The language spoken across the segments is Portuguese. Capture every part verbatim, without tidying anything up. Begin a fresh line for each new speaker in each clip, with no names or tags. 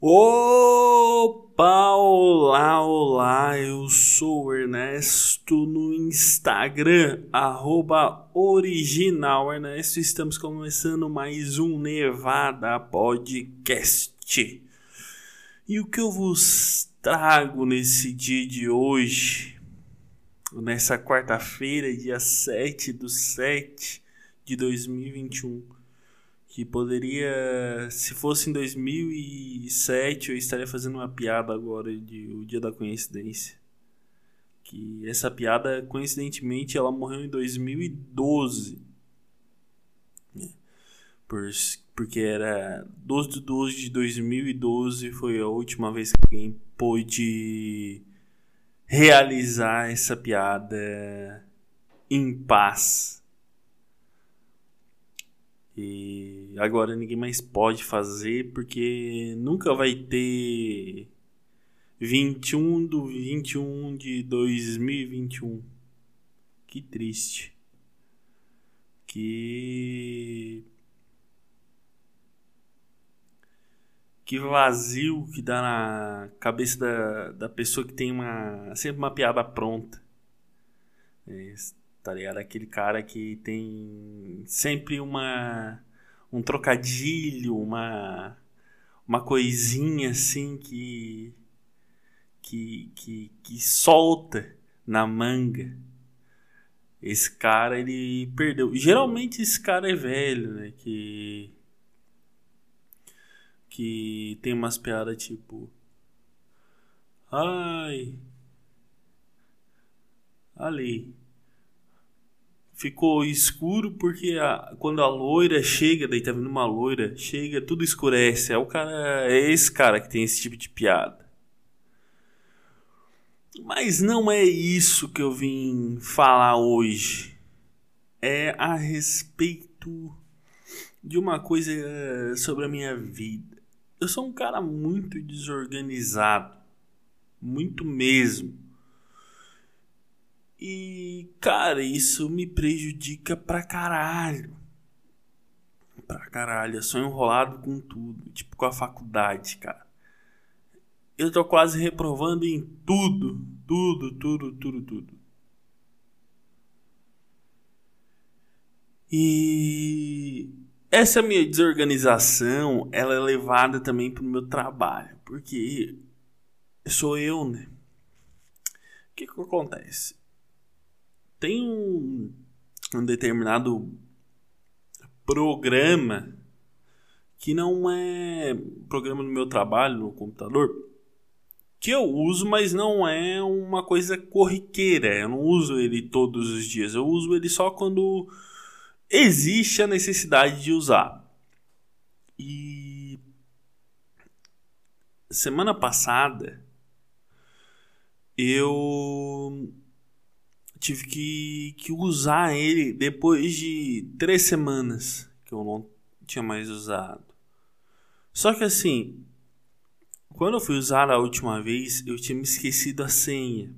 Opa, olá, olá, eu sou o Ernesto no Instagram, arroba original Ernesto, estamos começando mais um Nevada Podcast. E o que eu vos trago nesse dia de hoje, nessa quarta-feira, dia sete de sete de dois mil e vinte e um, que poderia, se fosse em dois mil e sete, eu estaria fazendo uma piada agora de o dia da coincidência. Que essa piada, coincidentemente, ela morreu em dois mil e doze. Por, porque era doze de doze de dois mil e doze, foi a última vez que alguém pôde realizar essa piada em paz. E agora ninguém mais pode fazer porque nunca vai ter vinte e um do vinte e um de dois mil e vinte e um. Que triste. Que que vazio que dá na cabeça da, da pessoa que tem uma sempre uma piada pronta. É, tá ligado? Aquele cara que tem sempre uma um trocadilho, uma uma coisinha assim que que que que solta na manga. Esse cara, ele perdeu. Geralmente esse cara é velho, né, que que tem umas piadas tipo: ai, ali ficou escuro porque a, quando a loira chega, daí tá vindo uma loira, chega, tudo escurece. É o cara, é esse cara que tem esse tipo de piada. Mas não é isso que eu vim falar hoje. É a respeito de uma coisa sobre a minha vida. Eu sou um cara muito desorganizado, muito mesmo. E, cara, isso me prejudica pra caralho. Pra caralho. Eu sou enrolado com tudo. Tipo com a faculdade, cara. Eu tô quase reprovando em tudo. Tudo, tudo, tudo, tudo. E essa minha desorganização, ela é levada também pro meu trabalho. Porque sou eu, né? O que que acontece? Tem um, um determinado programa que não é programa no meu trabalho, no computador, que eu uso, mas não é uma coisa corriqueira. Eu não uso ele todos os dias. Eu uso ele só quando existe a necessidade de usar. E semana passada eu tive que, que usar ele depois de três semanas que eu não tinha mais usado. Só que assim, quando eu fui usar a última vez, eu tinha me esquecido a senha.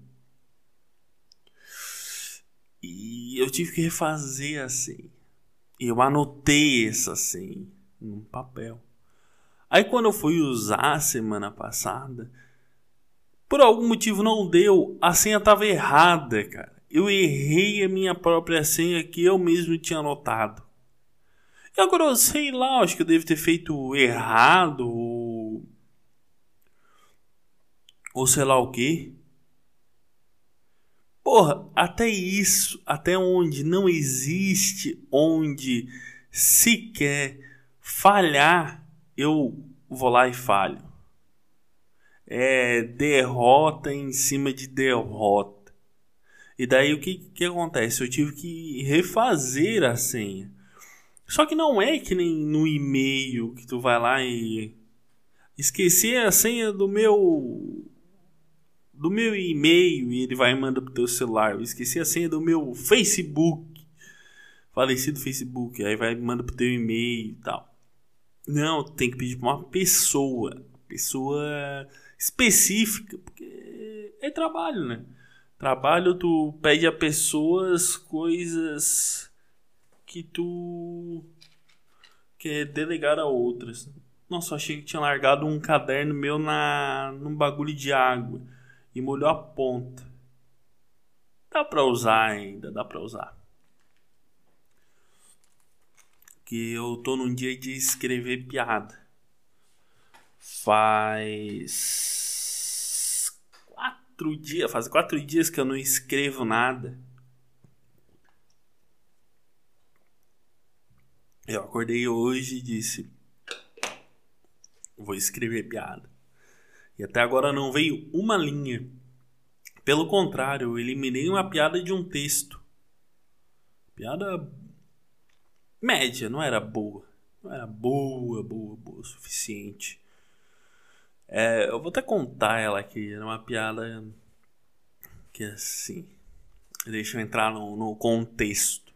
E eu tive que refazer a senha. E eu anotei essa senha num papel. Aí quando eu fui usar a semana passada, por algum motivo não deu, a senha estava errada, cara. Eu errei a minha própria senha que eu mesmo tinha anotado. E agora eu sei lá, acho que eu devo ter feito errado ou, ou sei lá o que. Porra, até isso, até onde não existe, onde sequer falhar, eu vou lá e falho. É derrota em cima de derrota. E daí o que, que acontece? Eu tive que refazer a senha. Só que não é que nem no e-mail que tu vai lá e esqueci a senha do meu do meu e-mail e ele vai e manda pro teu celular. Eu esqueci a senha do meu Facebook, falecido Facebook, aí vai e manda pro teu e-mail e tal. Não, tem que pedir pra uma pessoa, pessoa específica, porque é trabalho, né? Trabalho, tu pede a pessoas coisas que tu quer delegar a outras. Nossa, eu achei que tinha largado um caderno meu na num bagulho de água e molhou a ponta. Dá pra usar ainda, dá pra usar. Que eu tô num dia de escrever piada. Faz quatro dias, faz quatro dias que eu não escrevo nada. Eu acordei hoje e disse: vou escrever piada. E até agora não veio uma linha. Pelo contrário, eu eliminei uma piada de um texto. Piada média, não era boa. Não era boa, boa, boa o suficiente. É, eu vou até contar ela aqui. Era uma piada que assim. Deixa eu entrar no, no contexto.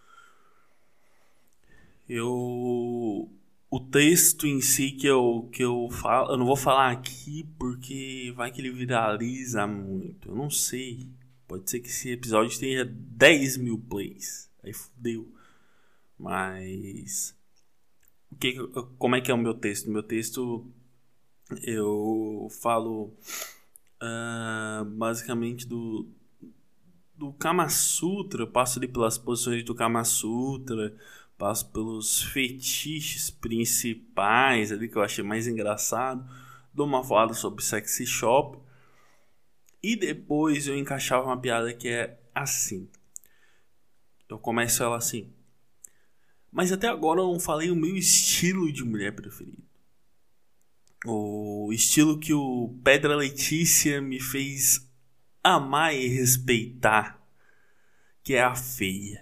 Eu. O texto em si que eu, que eu falo. Eu não vou falar aqui porque vai que ele viraliza muito. Eu não sei. Pode ser que esse episódio tenha dez mil plays. Aí fudeu. Mas. O que, como é que é o meu texto? O meu texto. Eu falo. Uh, basicamente do. Do Kama Sutra. Eu passo ali pelas posições do Kama Sutra. Passo pelos fetiches principais ali que eu achei mais engraçado. Dou uma falada sobre sexy shop. E depois eu encaixava uma piada que é assim. Eu começo ela assim. Mas até agora eu não falei o meu estilo de mulher preferido. O estilo que o Pedra Letícia me fez amar e respeitar. Que é a feia.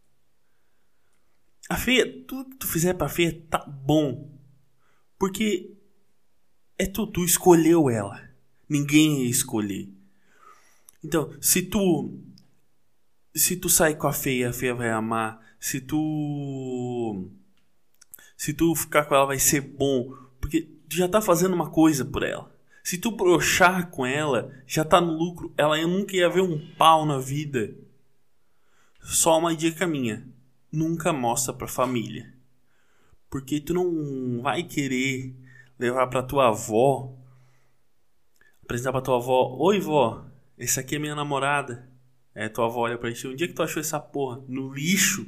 A feia, tudo que tu fizer pra feia tá bom. Porque é tu, tu escolheu ela. Ninguém ia escolher. Então, se tu se tu sair com a feia, a feia vai amar. Se tu se tu ficar com ela vai ser bom, porque tu já tá fazendo uma coisa por ela. Se tu broxar com ela, já tá no lucro. Ela nunca ia ver um pau na vida. Só uma dica minha. Nunca mostra pra família. Porque tu não vai querer levar pra tua avó, apresentar pra tua avó: oi vó, esse aqui é minha namorada. É, tua avó olha pra ti: onde é que tu achou essa porra? No lixo.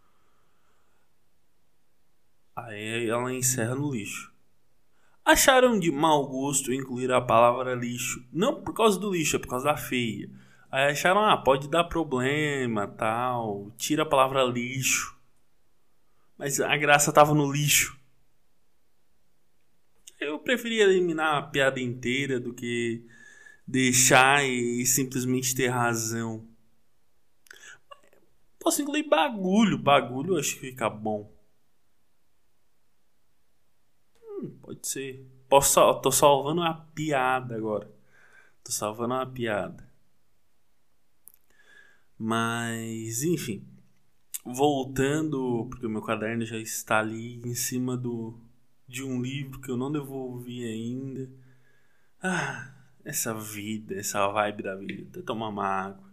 Aí ela encerra no lixo. Acharam de mau gosto incluir a palavra lixo. Não por causa do lixo, é por causa da feia. Aí acharam: ah, pode dar problema, tal, tira a palavra lixo. Mas a graça tava no lixo. Eu preferia eliminar a piada inteira do que deixar e simplesmente ter razão. Posso incluir bagulho. Bagulho eu acho que fica bom. Hum, pode ser. Posso, tô salvando uma piada agora. Tô salvando uma piada. Mas, enfim. Voltando, porque o meu caderno já está ali em cima do, de um livro que eu não devolvi ainda. Ah, essa vida, essa vibe da vida. Tomar uma água.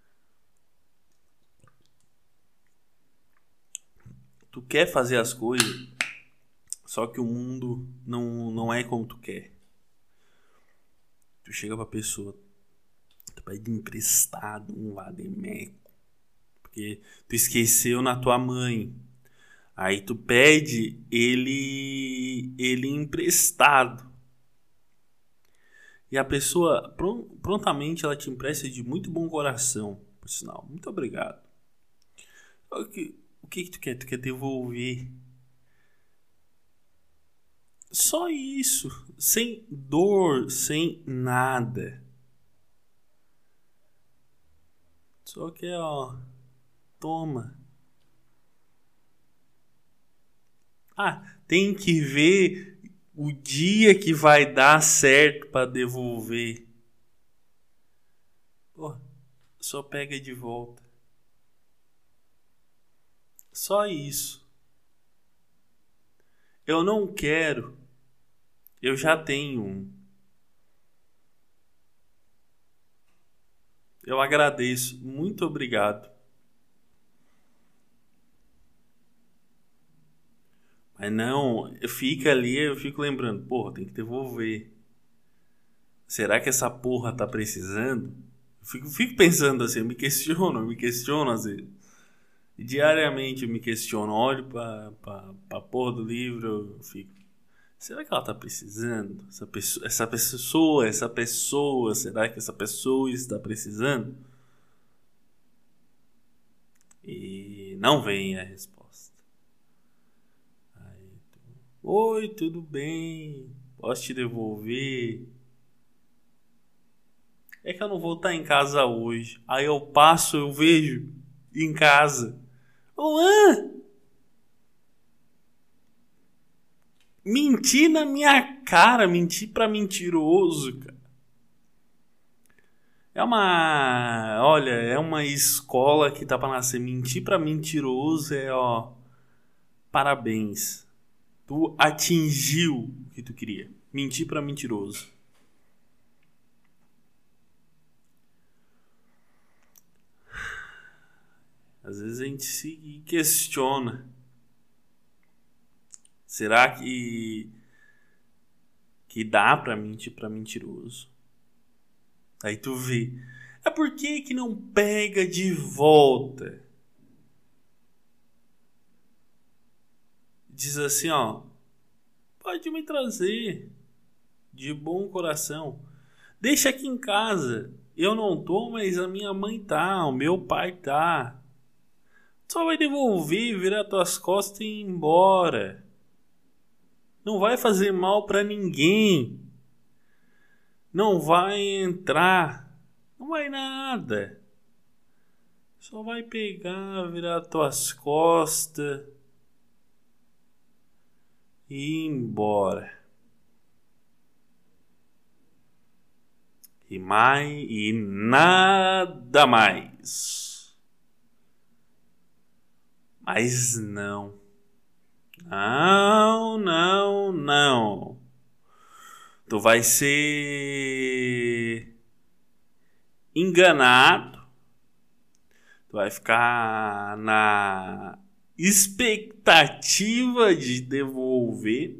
Tu quer fazer as coisas, só que o mundo não, não é como tu quer. Tu chega pra pessoa, tu pede emprestado um vademeco, porque tu esqueceu na tua mãe. Aí tu pede ele, ele emprestado. E a pessoa prontamente ela te empresta de muito bom coração, por sinal. Muito obrigado. O que, o que, que tu quer? Tu quer devolver? Só isso, sem dor, sem nada. Só que, ó, toma. Ah, tem que ver o dia que vai dar certo para devolver. Pô, só pega de volta. Só isso. Eu não quero. Eu já tenho um. Eu agradeço. Muito obrigado. Aí não, fica ali, eu fico lembrando, porra, tem que devolver. Será que essa porra tá precisando? Eu fico, fico pensando assim, eu me questiono, eu me questiono às vezes. Diariamente eu me questiono, olho pra, pra, pra porra do livro, eu fico, será que ela tá precisando? Essa pessoa, essa pessoa, essa pessoa, será que essa pessoa está precisando? E não vem a resposta. Aí, oi, tudo bem? Posso te devolver? É que eu não vou estar em casa hoje. Aí eu passo, eu vejo em casa. Luan! Mentir na minha cara, mentir pra mentiroso, cara. É uma... Olha, é uma escola que tá pra nascer. Mentir pra mentiroso é, ó... Parabéns. Tu atingiu o que tu queria. Mentir pra mentiroso. Às vezes a gente se questiona. Será que... Que dá pra mentir pra mentiroso? Aí tu vê. É por que que não pega de volta? Diz assim, ó. Pode me trazer. De bom coração. Deixa aqui em casa. Eu não tô, mas a minha mãe tá. O meu pai tá. Só vai devolver, virar tuas costas e ir embora. Não vai fazer mal pra ninguém. Não vai entrar. Não vai nada. Só vai pegar, virar tuas costas e ir embora. E mais e nada mais. Mas não. Não, não, não. Tu vai ser enganado. Tu vai ficar na expectativa de devolver.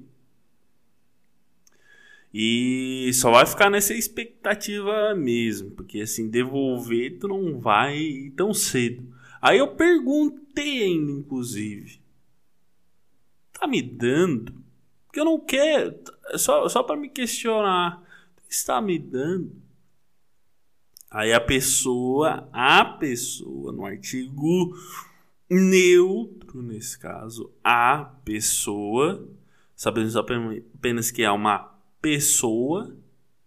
E só vai ficar nessa expectativa mesmo. Porque assim, devolver tu não vai tão cedo. Aí eu perguntei ainda, inclusive. Tá me dando? Porque eu não quero. Só, só pra me questionar. Tu está me dando? Aí a pessoa, a pessoa, no artigo neutro, nesse caso, a pessoa, sabemos apenas que é uma pessoa,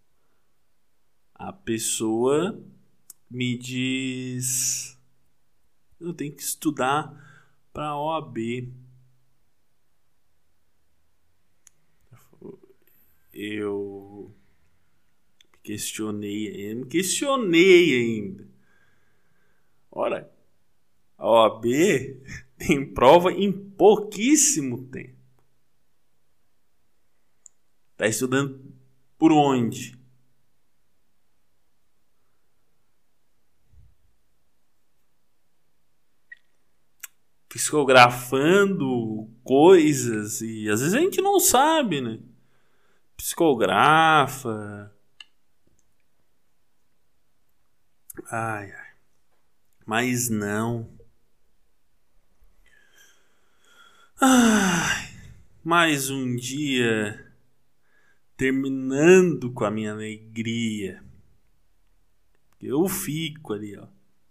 a pessoa me diz, eu tenho que estudar para a O A B. Eu me questionei, eu me questionei ainda. Ora, a O A B tem prova em pouquíssimo tempo. Tá estudando por onde? Psicografando coisas e às vezes a gente não sabe, né? Psicografa. Ai, ai. Mas não. Ai, mais um dia terminando com a minha alegria. Eu fico ali, ó.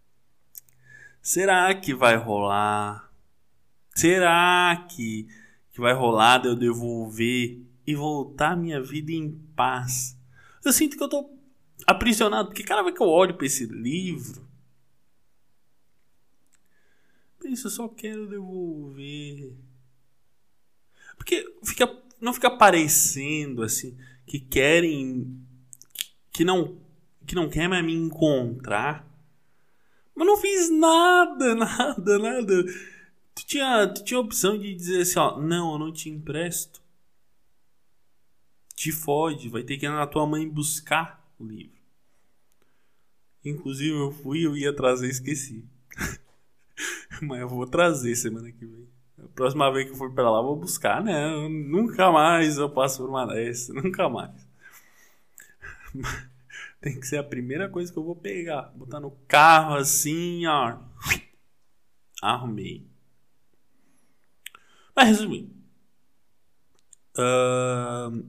Será que vai rolar? Será que, que vai rolar de eu devolver e voltar a minha vida em paz? Eu sinto que eu tô aprisionado, porque cada vez que eu olho pra esse livro, penso, eu só quero devolver. Porque fica, não fica parecendo assim que querem, que não, que não quer mais me encontrar. Mas não fiz nada, nada, nada. Tu tinha, tu tinha a opção de dizer assim, ó, não, eu não te empresto. Te fode, vai ter que ir na tua mãe buscar o livro. Inclusive eu fui, eu ia trazer, esqueci. Mas eu vou trazer semana que vem. A próxima vez que eu for pra lá, eu vou buscar, né? Eu, nunca mais eu passo por uma dessas. Nunca mais. Tem que ser a primeira coisa que eu vou pegar. Botar no carro assim, ó. Arrumei. Mas resumindo. Uh,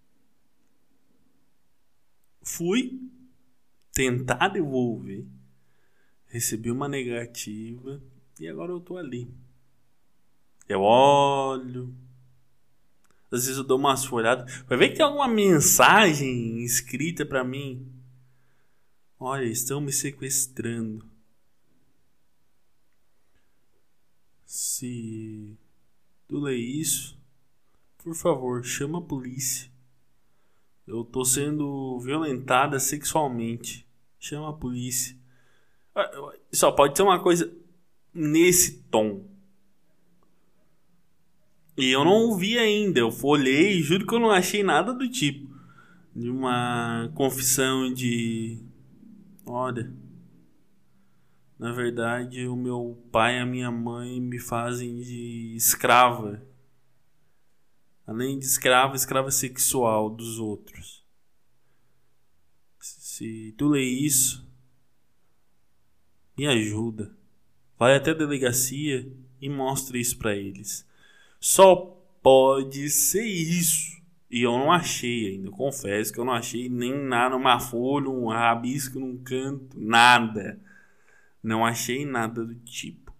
fui tentar devolver. Recebi uma negativa. E agora eu tô ali. Eu olho. Às vezes eu dou umas folhadas. Vai ver que tem alguma mensagem escrita pra mim. Olha, estão me sequestrando. Se tu lê isso, por favor, chama a polícia. Eu tô sendo violentada sexualmente. Chama a polícia. Só pode ser uma coisa nesse tom. E eu não ouvi ainda. Eu olhei e juro que eu não achei nada do tipo. De uma confissão de... Olha... Na verdade, o meu pai e a minha mãe me fazem de escrava. Além de escrava, escrava sexual dos outros. Se tu lê isso, me ajuda. Vai até a delegacia e mostra isso pra eles. Só pode ser isso. E eu não achei ainda. Eu confesso que eu não achei nem nada, uma folha, um rabisco num canto, nada. Não achei nada do tipo.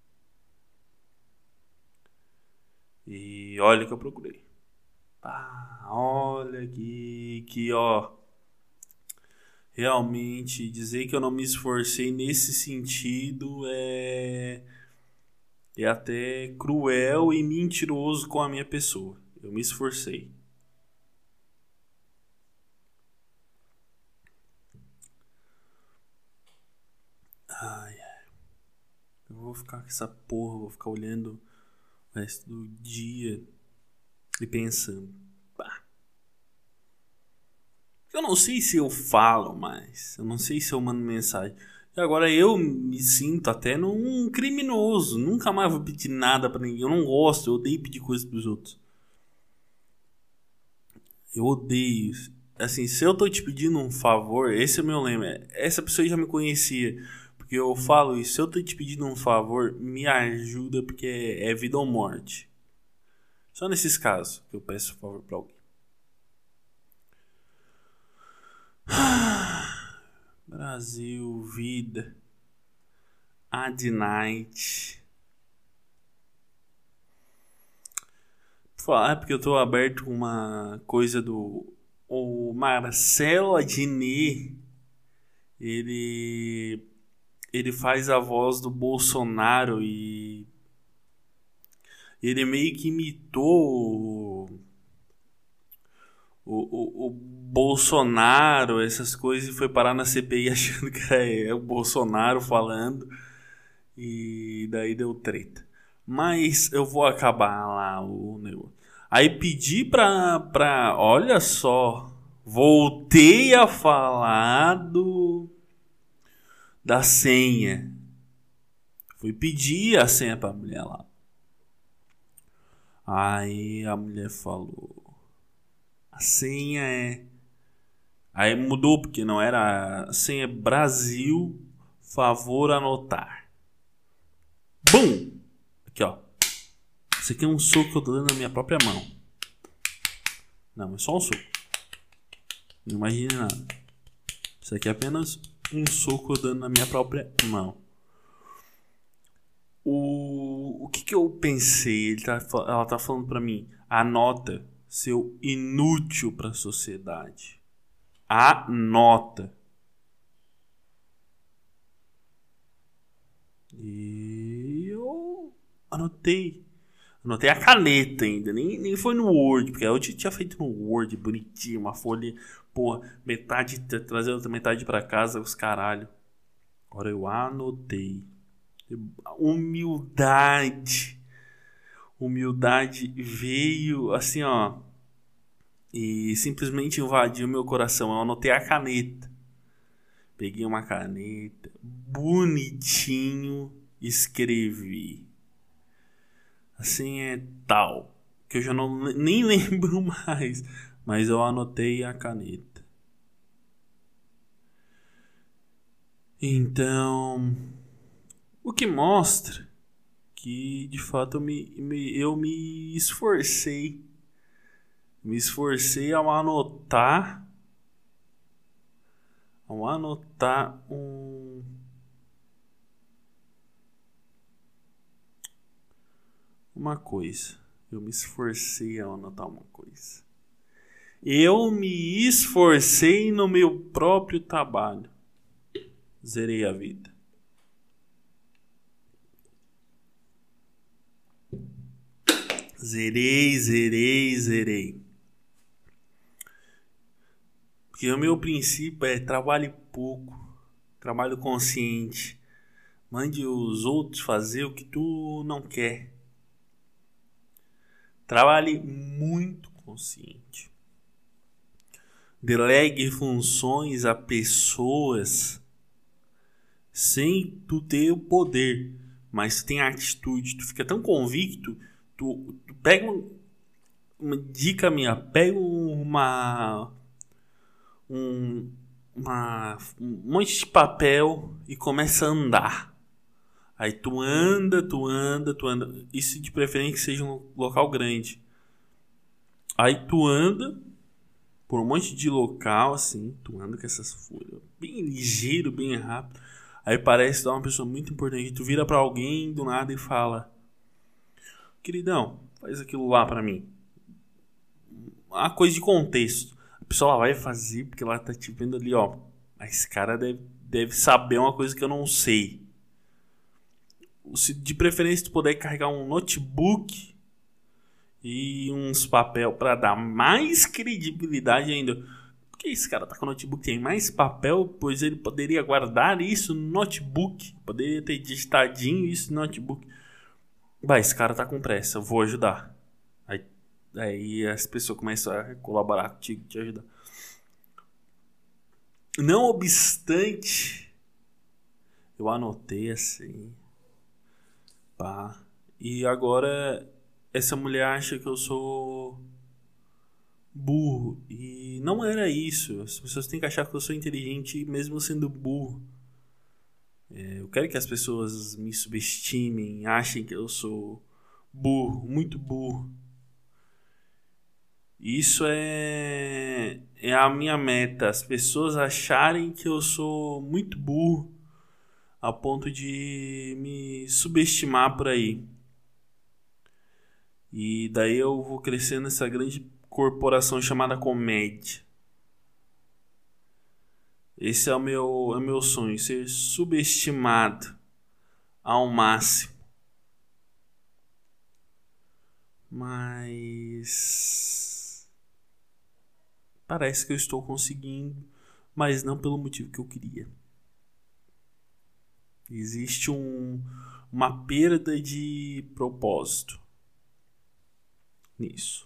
E olha que eu procurei. Ah, olha que, que ó. Realmente, dizer que eu não me esforcei nesse sentido é, é até cruel e mentiroso com a minha pessoa. Eu me esforcei. Ai, eu vou ficar com essa porra, vou ficar olhando o resto do dia e pensando. Pá. Eu não sei se eu falo mais, eu não sei se eu mando mensagem. E agora eu me sinto até num criminoso. Nunca mais vou pedir nada pra ninguém. Eu não gosto, eu odeio pedir coisas pros outros. Eu odeio. Assim, se eu tô te pedindo um favor, esse é o meu lema. Essa pessoa já me conhecia. Porque eu falo isso, se eu tô te pedindo um favor, me ajuda, porque é vida ou morte. Só nesses casos que eu peço favor pra alguém. Brasil, vida. Ad night. Falar porque eu tô aberto com uma coisa do o Marcelo Adnet. Ele ele faz a voz do Bolsonaro e ele meio que imitou o, o, o Bolsonaro, essas coisas, e foi parar na C P I achando que é o Bolsonaro falando, e daí deu treta. Mas eu vou acabar lá o negócio. Aí pedi pra, pra... Olha só. Voltei a falar do... Da senha. Fui pedir a senha pra mulher lá. Aí a mulher falou... A senha é... Aí mudou, porque não era... A senha é Brasil, favor anotar. Bum! Aqui, ó. Isso aqui é um soco que eu tô dando na minha própria mão. Não, é só um soco. Não imagine nada. Isso aqui é apenas um soco dando na minha própria mão. O, o que que eu pensei? Ele tá, ela tá falando pra mim. Anota, seu inútil pra sociedade. Anota. E eu anotei. Anotei a caneta ainda, nem, nem foi no Word, porque eu tinha feito no Word, bonitinho, uma folha, porra, metade, trazer outra metade pra casa, os caralho. Agora eu anotei. Humildade. Humildade veio assim, ó, e simplesmente invadiu meu coração. Eu anotei a caneta. Peguei uma caneta, bonitinho, escrevi. assim é tal, que eu já não nem lembro mais, mas eu anotei a caneta. Então, o que mostra que de fato eu me, me, eu me esforcei, me esforcei ao anotar, ao anotar um uma coisa. Eu me esforcei ao anotar uma coisa. Eu me esforcei no meu próprio trabalho. Zerei a vida. Zerei, zerei, zerei. Porque o meu princípio é trabalhe pouco, trabalho consciente. Mande os outros fazer o que tu não quer. Trabalhe muito consciente. Delegue funções a pessoas sem tu ter o poder, mas tu tem a atitude, tu fica tão convicto, tu, tu pega uma, uma dica minha, pega uma um, uma, um monte de papel e começa a andar. Aí tu anda, tu anda, tu anda. Isso de preferência que seja um local grande. Aí tu anda por um monte de local, assim. Tu anda com essas folhas bem ligeiro, bem rápido. Aí parece dar uma pessoa muito importante. Tu vira pra alguém do nada e fala: queridão, faz aquilo lá pra mim. Uma coisa de contexto. A pessoa vai fazer porque ela tá te vendo ali, ó. Mas esse cara deve, deve saber uma coisa que eu não sei. Se de preferência tu puder carregar um notebook e uns papel para dar mais credibilidade ainda. Porque esse cara tá com notebook, tem mais papel, pois ele poderia guardar isso no notebook, poderia ter digitadinho isso no notebook. Vai, esse cara tá com pressa, eu vou ajudar. Aí, aí as pessoas começam a colaborar contigo, te ajudar. Não obstante, eu anotei assim. Pá. E agora essa mulher acha que eu sou burro. E não era isso. As pessoas têm que achar que eu sou inteligente mesmo sendo burro. É, eu quero que as pessoas me subestimem, achem que eu sou burro, muito burro. Isso é, é a minha meta. As pessoas acharem que eu sou muito burro a ponto de me subestimar por aí. E daí eu vou crescer nessa grande corporação chamada comédia. Esse é o meu, é o meu sonho, ser subestimado ao máximo. Mas parece que eu estou conseguindo, mas não pelo motivo que eu queria. Existe um, uma perda de propósito nisso.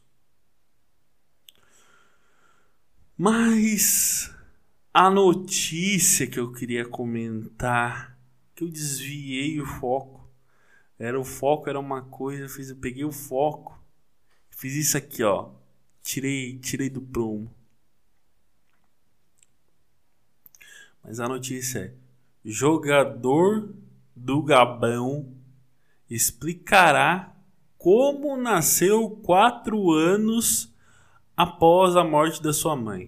Mas a notícia que eu queria comentar, que eu desviei o foco, era o foco era uma coisa, eu, fiz, eu peguei o foco, fiz isso aqui, ó, tirei, tirei do prumo. Mas a notícia é: jogador do Gabão explicará como nasceu quatro anos após a morte da sua mãe.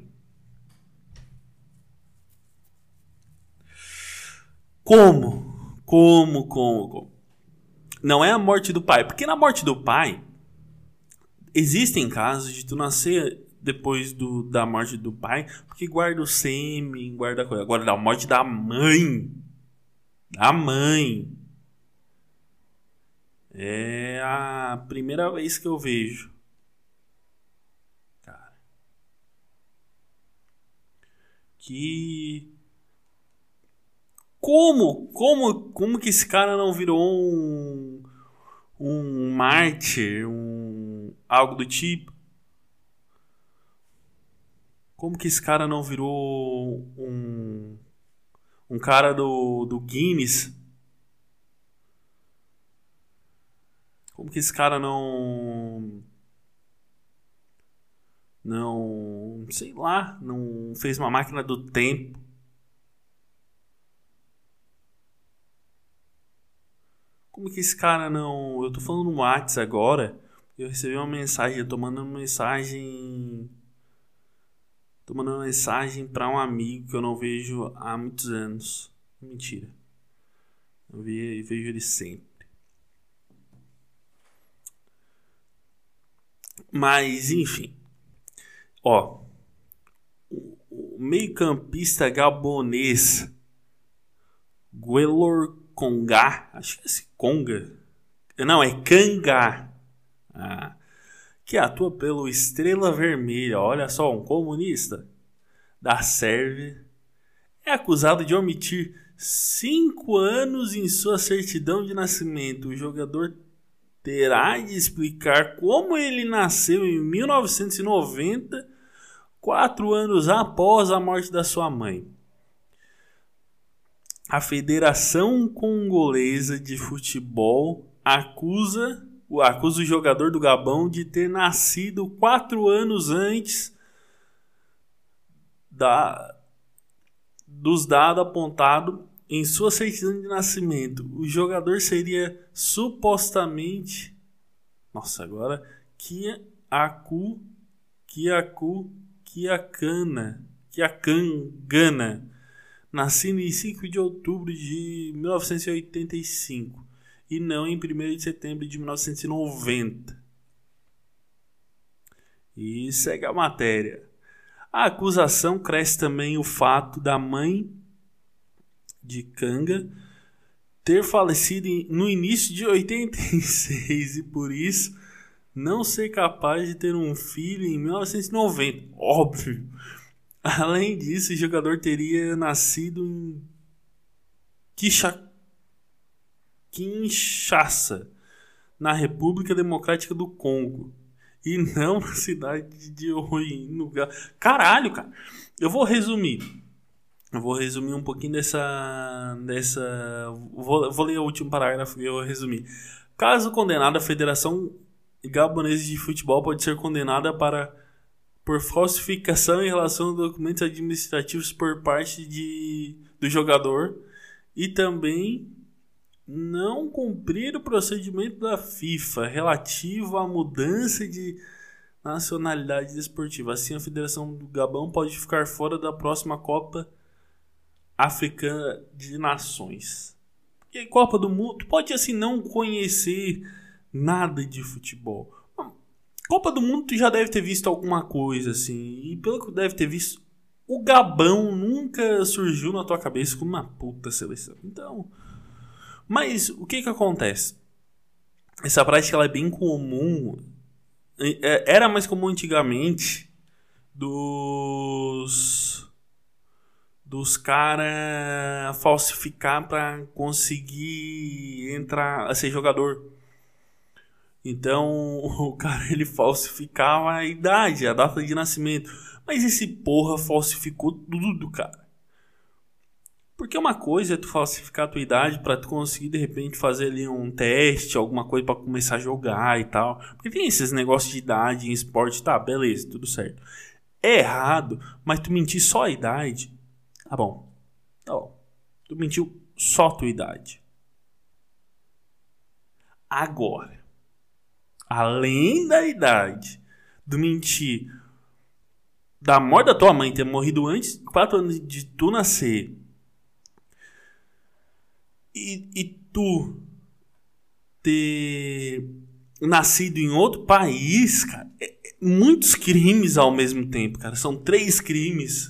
Como? Como, como, como? Não é a morte do pai. Porque na morte do pai, existem casos de tu nascer depois do, da morte do pai, porque guarda o sêmen, guarda a coisa. Agora, da morte da mãe, da mãe, é a primeira vez que eu vejo. Cara. Que... Como? Como, como que esse cara não virou um, um mártir, um, algo do tipo? Como que esse cara não virou um, um cara do, do Guinness? Como que esse cara não... Não... Sei lá, não fez uma máquina do tempo. Como que esse cara não... Eu tô falando no WhatsApp agora. Eu recebi uma mensagem. Eu tô mandando uma mensagem... Tô mandando uma mensagem pra um amigo que eu não vejo há muitos anos. Mentira. Eu vejo ele sempre. Mas, enfim. Ó. O meio-campista gabonês Guelor Conga. Acho que é esse Conga. Não, é Kanga. Ah, que atua pelo Estrela Vermelha. Olha só, um comunista da Sérvia. É acusado de omitir cinco anos em sua certidão de nascimento. O jogador terá de explicar como ele nasceu em mil novecentos e noventa, quatro anos após a morte da sua mãe. A Federação Congolesa de Futebol acusa, acusa o jogador do Gabão de ter nascido quatro anos antes da, dos dados apontados em sua certidão de nascimento. O jogador seria supostamente... Nossa, agora... Kiaku... Kiaku... Kiakana... Kiakangana. Nascido em cinco de outubro de mil novecentos e oitenta e cinco. E não em primeiro de setembro de mil novecentos e noventa. E segue a matéria. A acusação cresce também o fato da mãe de Kanga ter falecido no início de oitenta e seis e por isso não ser capaz de ter um filho em mil novecentos e noventa. Óbvio. Além disso, o jogador teria nascido em Kinshasa, na República Democrática do Congo, e não na cidade de Oiin. Caralho, cara. Eu vou resumir. Eu vou resumir um pouquinho dessa... dessa vou, vou ler o último parágrafo e eu vou resumir. Caso condenado, a Federação Gabonesa de Futebol pode ser condenada para, por falsificação em relação a documentos administrativos por parte de, do jogador e também não cumprir o procedimento da FIFA relativo à mudança de nacionalidade desportiva. Assim, a Federação do Gabão pode ficar fora da próxima Copa Africana de Nações. E a Copa do Mundo, tu pode assim não conhecer nada de futebol. Copa do Mundo tu já deve ter visto alguma coisa assim. E pelo que deve ter visto, o Gabão nunca surgiu na tua cabeça como uma puta seleção. Então, mas o que que acontece? Essa prática ela é bem comum. Era mais comum antigamente dos dos caras falsificar para conseguir entrar a ser jogador. Então o cara ele falsificava a idade, a data de nascimento. Mas esse porra falsificou tudo, cara. Porque uma coisa é tu falsificar a tua idade para tu conseguir de repente fazer ali um teste, alguma coisa para começar a jogar e tal. Porque tem esses negócios de idade em esporte, tá, beleza, tudo certo. É errado, mas tu mentir só a idade. Tá bom. Tá bom. Tu mentiu só a tua idade. Agora, além da idade, tu mentir da morte da tua mãe ter morrido antes, quatro anos de tu nascer, e, e tu ter nascido em outro país, cara, é, é muitos crimes ao mesmo tempo, cara. São três crimes.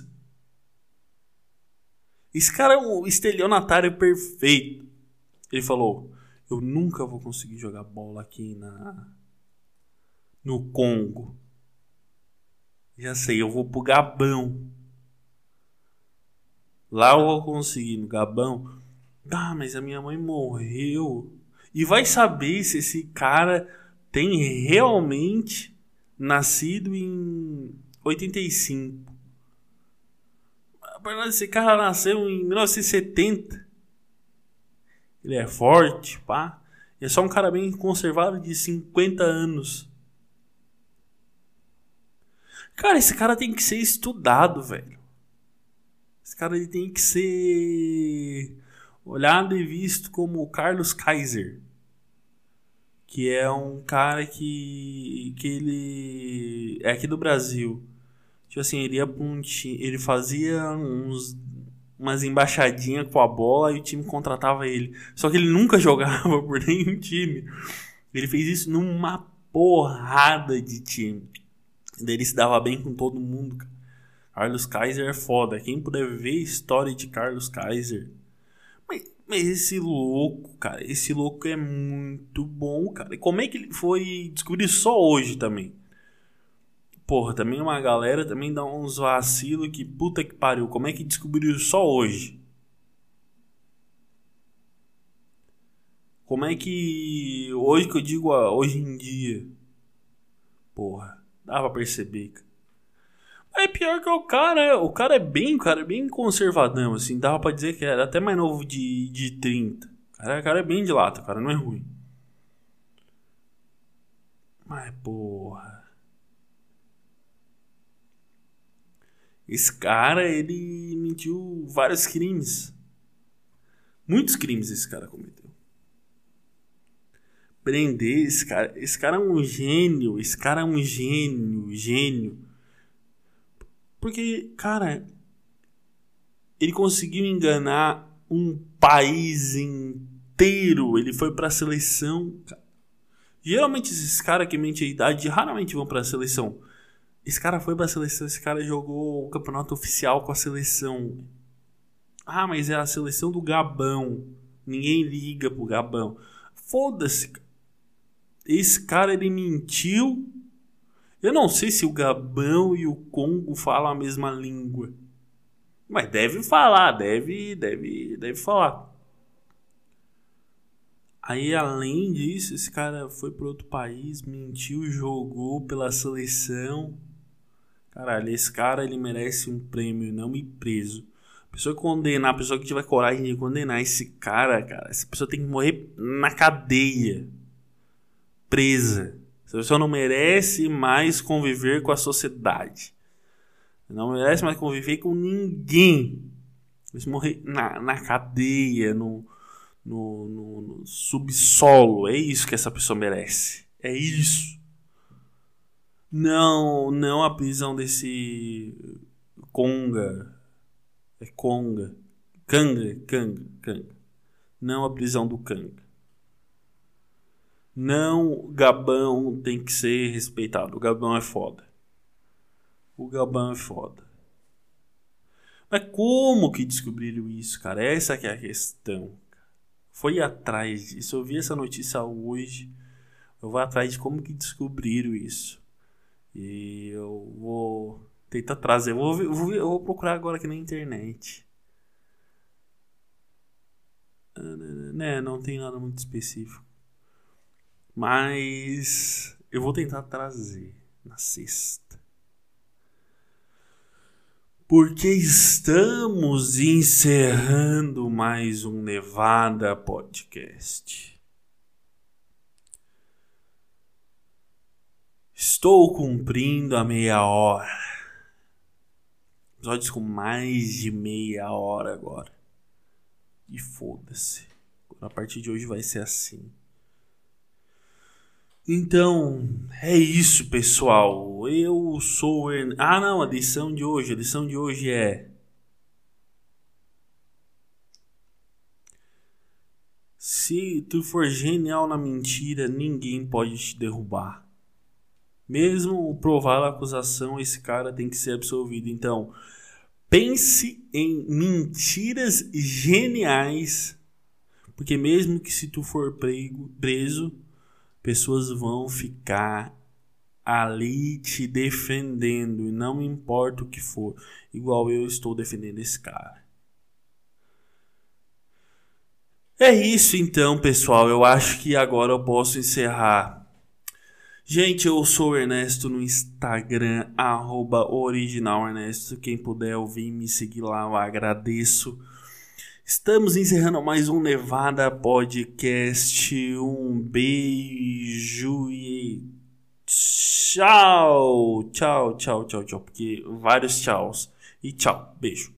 Esse cara é um estelionatário perfeito. Ele falou: eu nunca vou conseguir jogar bola aqui na no Congo. Já sei, eu vou pro Gabão. Lá eu vou conseguir, no Gabão. Ah, mas a minha mãe morreu. E vai saber se esse cara tem realmente nascido em oitenta e cinco. Esse cara nasceu em mil novecentos e setenta. Ele é forte, pá. E é só um cara bem conservado de cinquenta anos. Cara, esse cara tem que ser estudado, velho. Esse cara ele tem que ser olhado e visto como o Carlos Kaiser. Que é um cara que, que ele é aqui do Brasil. Tipo assim, ele ia pra um time, ele fazia uns, umas embaixadinhas com a bola e o time contratava ele. Só que ele nunca jogava por nenhum time. Ele fez isso numa porrada de time. Daí ele se dava bem com todo mundo, cara. Carlos Kaiser é foda. Quem puder ver a história de Carlos Kaiser... Mas, mas esse louco, cara, esse louco é muito bom, cara. E como é que ele foi descobrir só hoje também? Porra, também uma galera também dá uns vacilos que puta que pariu. Como é que descobriu só hoje? Como é que... Hoje que eu digo, hoje em dia... Porra, dá pra perceber, cara. É pior que o cara, o cara é bem, o cara é bem conservadão, assim, dava pra dizer que era até mais novo de, de trinta. O cara, o cara é bem de lata, o cara não é ruim. Mas, porra. Esse cara, ele mentiu vários crimes. Muitos crimes esse cara cometeu. Prender esse cara, esse cara é um gênio, esse cara é um gênio, gênio. Porque, cara, ele conseguiu enganar um país inteiro. Ele foi pra seleção. Geralmente esses caras que mentem a idade raramente vão pra seleção. Esse cara foi pra seleção, esse cara jogou o campeonato oficial com a seleção. Ah, mas é a seleção do Gabão. Ninguém liga pro Gabão. Foda-se. Esse cara, ele mentiu. Eu não sei se o Gabão e o Congo falam a mesma língua. Mas deve falar, deve, deve, deve falar. Aí, além disso, esse cara foi para outro país, mentiu, jogou pela seleção. Caralho, esse cara, ele merece um prêmio, não me preso. A pessoa que condenar, a pessoa que tiver coragem de condenar esse cara, cara, essa pessoa tem que morrer na cadeia. Presa. Essa pessoa não merece mais conviver com a sociedade. Não merece mais conviver com ninguém. Vai morrer na, na cadeia, no, no, no, no subsolo. É isso que essa pessoa merece. É isso. Não, não a prisão desse Conga. É Conga. Canga, Canga, Canga. Não a prisão do Canga. Não, o Gabão tem que ser respeitado. O Gabão é foda. O Gabão é foda. Mas como que descobriram isso, cara? Essa que é a questão. Foi atrás disso. Eu vi essa notícia hoje. Eu vou atrás de como que descobriram isso. E eu vou tentar trazer. Eu vou, ver, eu vou, ver, eu vou procurar agora aqui na internet. Né, não tem nada muito específico. Mas eu vou tentar trazer na sexta. Porque estamos encerrando mais um Nevada Podcast. Estou cumprindo a meia hora. Episódios com mais de meia hora agora. E foda-se. A partir de hoje vai ser assim. Então, é isso, pessoal. Eu sou o Ern... Ah, não, a lição de hoje. A lição de hoje é... Se tu for genial na mentira, ninguém pode te derrubar. Mesmo provada a acusação, esse cara tem que ser absolvido. Então, pense em mentiras geniais. Porque mesmo que se tu for prego, preso... pessoas vão ficar ali te defendendo. E não importa o que for. Igual eu estou defendendo esse cara. É isso então, pessoal. Eu acho que agora eu posso encerrar. Gente, eu sou o Ernesto no Instagram. Arroba OriginalErnesto. Quem puder ouvir me seguir lá, eu agradeço. Estamos encerrando mais um Nevada Podcast. Um beijo e tchau. Tchau, tchau, tchau, tchau. Porque vários tchauz. E tchau. Beijo.